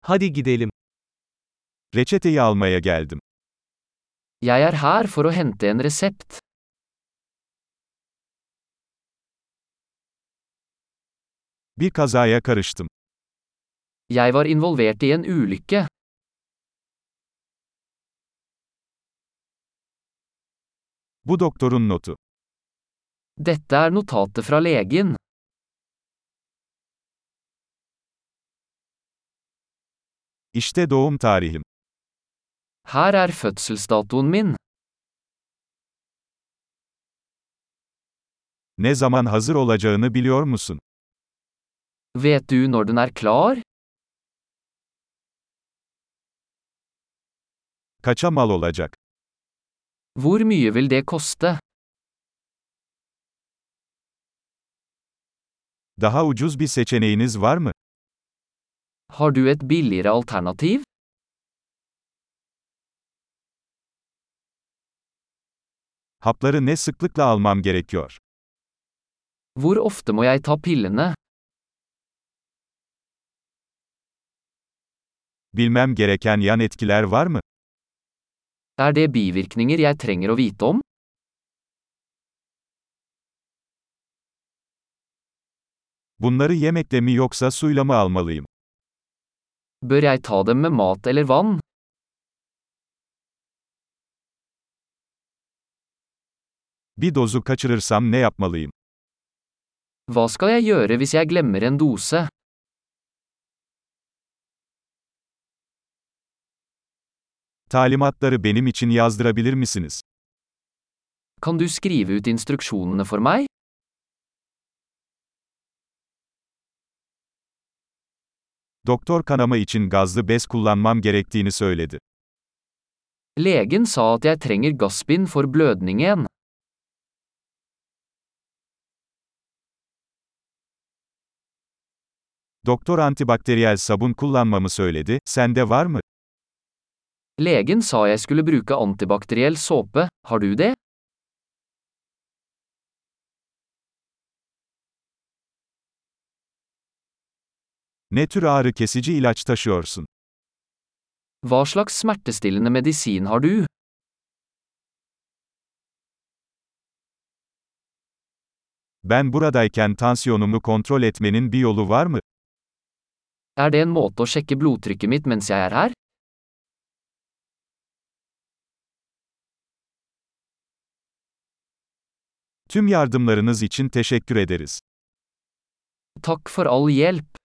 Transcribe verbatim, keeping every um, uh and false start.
Hadi gidelim. Reçeteyi almaya geldim. Jeg er her for å hente en resept. Bir kazaya karıştım. Jeg var involvert i en ulykke. Bu doktorun notu. Dette er notatet fra legen. İşte doğum tarihim. Her er fødselsdatoen min. Ne zaman hazır olacağını biliyor musun? Vet du når den er klar? Kaça mal olacak? Hvor mye vil det koste? Daha ucuz bir seçeneğiniz var mı? Har du et billigere alternativ? Hapları ne sıklıkla almam gerekiyor? Hvor ofte må jeg ta pillene? Bilmem gereken yan etkiler var mı? Er det bivirkninger jeg trenger å vite om? Bunları yemekle mi yoksa suyla mı almalıyım? Bør jeg ta dem med mat eller vann? Bir dozu kaçırırsam ne yapmalıyım? Hva skal jeg gjøre hvis jeg glemmer en dose? Talimatları benim için yazdırabilir misiniz? Kan du skrive ut instruksjonene for meg? Doktor kanama için gazlı bez kullanmam gerektiğini söyledi. Legen sa at jeg trenger gassbind for blødningen. Doktor antibakteriyel sabun kullanmamı söyledi, sende var mı? Legen sa jeg skulle bruke antibakteriell såpe, har du det? Ne tür ağrı kesici ilaç taşıyorsun? Hva slags smertestillende medisin har du? Ben buradayken tansiyonumu kontrol etmenin bir yolu var mı? Er det en måte å sjekke blodtrykket mitt mens jeg er her? Tüm yardımlarınız için teşekkür ederiz. Takk for all hjelp.